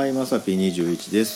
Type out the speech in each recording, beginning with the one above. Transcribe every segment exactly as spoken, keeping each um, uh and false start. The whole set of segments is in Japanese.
はい、まさぴにじゅういちです。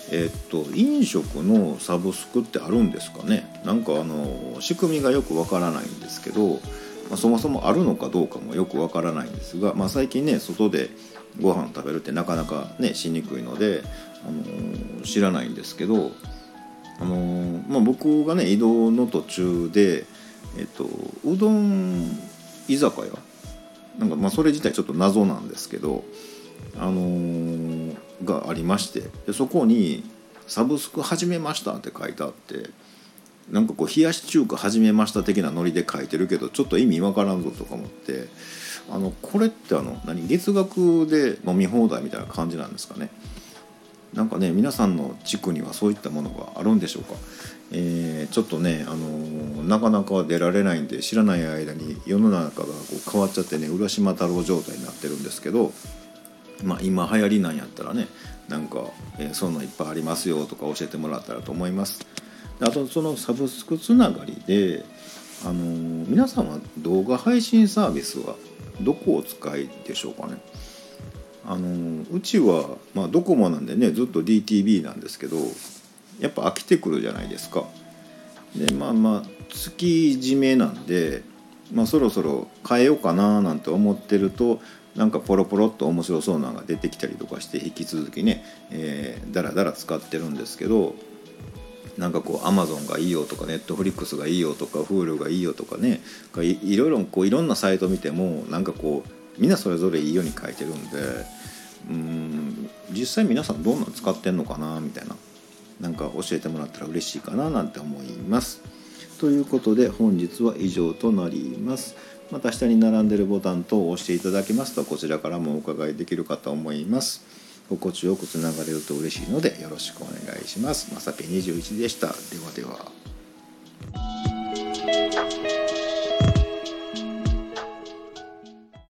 えっと飲食のサブスクってあるんですかね。なんかあの仕組みがよくわからないんですけど、まあ、そもそもあるのかどうかもよくわからないんですが、まあ、最近ね外でご飯食べるってなかなかねしにくいので、あのー知らないんですけど、あのーまあ、僕がね移動の途中で、えっと、うどん居酒屋なんかまあそれ自体ちょっと謎なんですけど、あのーがありまして、でそこにサブスク始めましたって書いてあって、なんかこう冷やし中華始めました的なノリで書いてるけどちょっと意味わからんぞとか思って、あのこれってあの何月額で飲み放題みたいな感じなんですかね。なんかね皆さんの地区にはそういったものがあるんでしょうか。えー、ちょっとね、あのーなかなか出られないんで、知らない間に世の中がこう変わっちゃってね浦島太郎状態になってるんですけど、まあ今流行りなんやったらねなんか、えー、そういうのいっぱいありますよとか教えてもらったらと思います。あとそのサブスクつながりで、あのー皆さんは動画配信サービスはどこをお使いでしょうかね。あのーうちは、まあ、ドコモなんでねずっと ディーティービー なんですけど、やっぱ飽きてくるじゃないですか。でまあまあ月締めなんで、まあ、そろそろ変えようかななんて思ってるとなんかポロポロっと面白そうなのが出てきたりとかして引き続きね、えー、だらだら使ってるんですけど、なんかこう Amazon がいいよとか Netflix がいいよとか Hulu がいいよとかね、い, いろいろこういろんなサイト見てもなんかこうみんなそれぞれいいように書いてるんで、うーん実際皆さんどんなの使ってんのかなみたいな、なんか教えてもらったら嬉しいかななんて思います。ということで本日は以上となります。また下に並んでいるボタン等を押していただけますとこちらからもお伺いできるかと思います。心地よくつながれると嬉しいのでよろしくお願いします。まさぴにじゅういちでした。ではでは。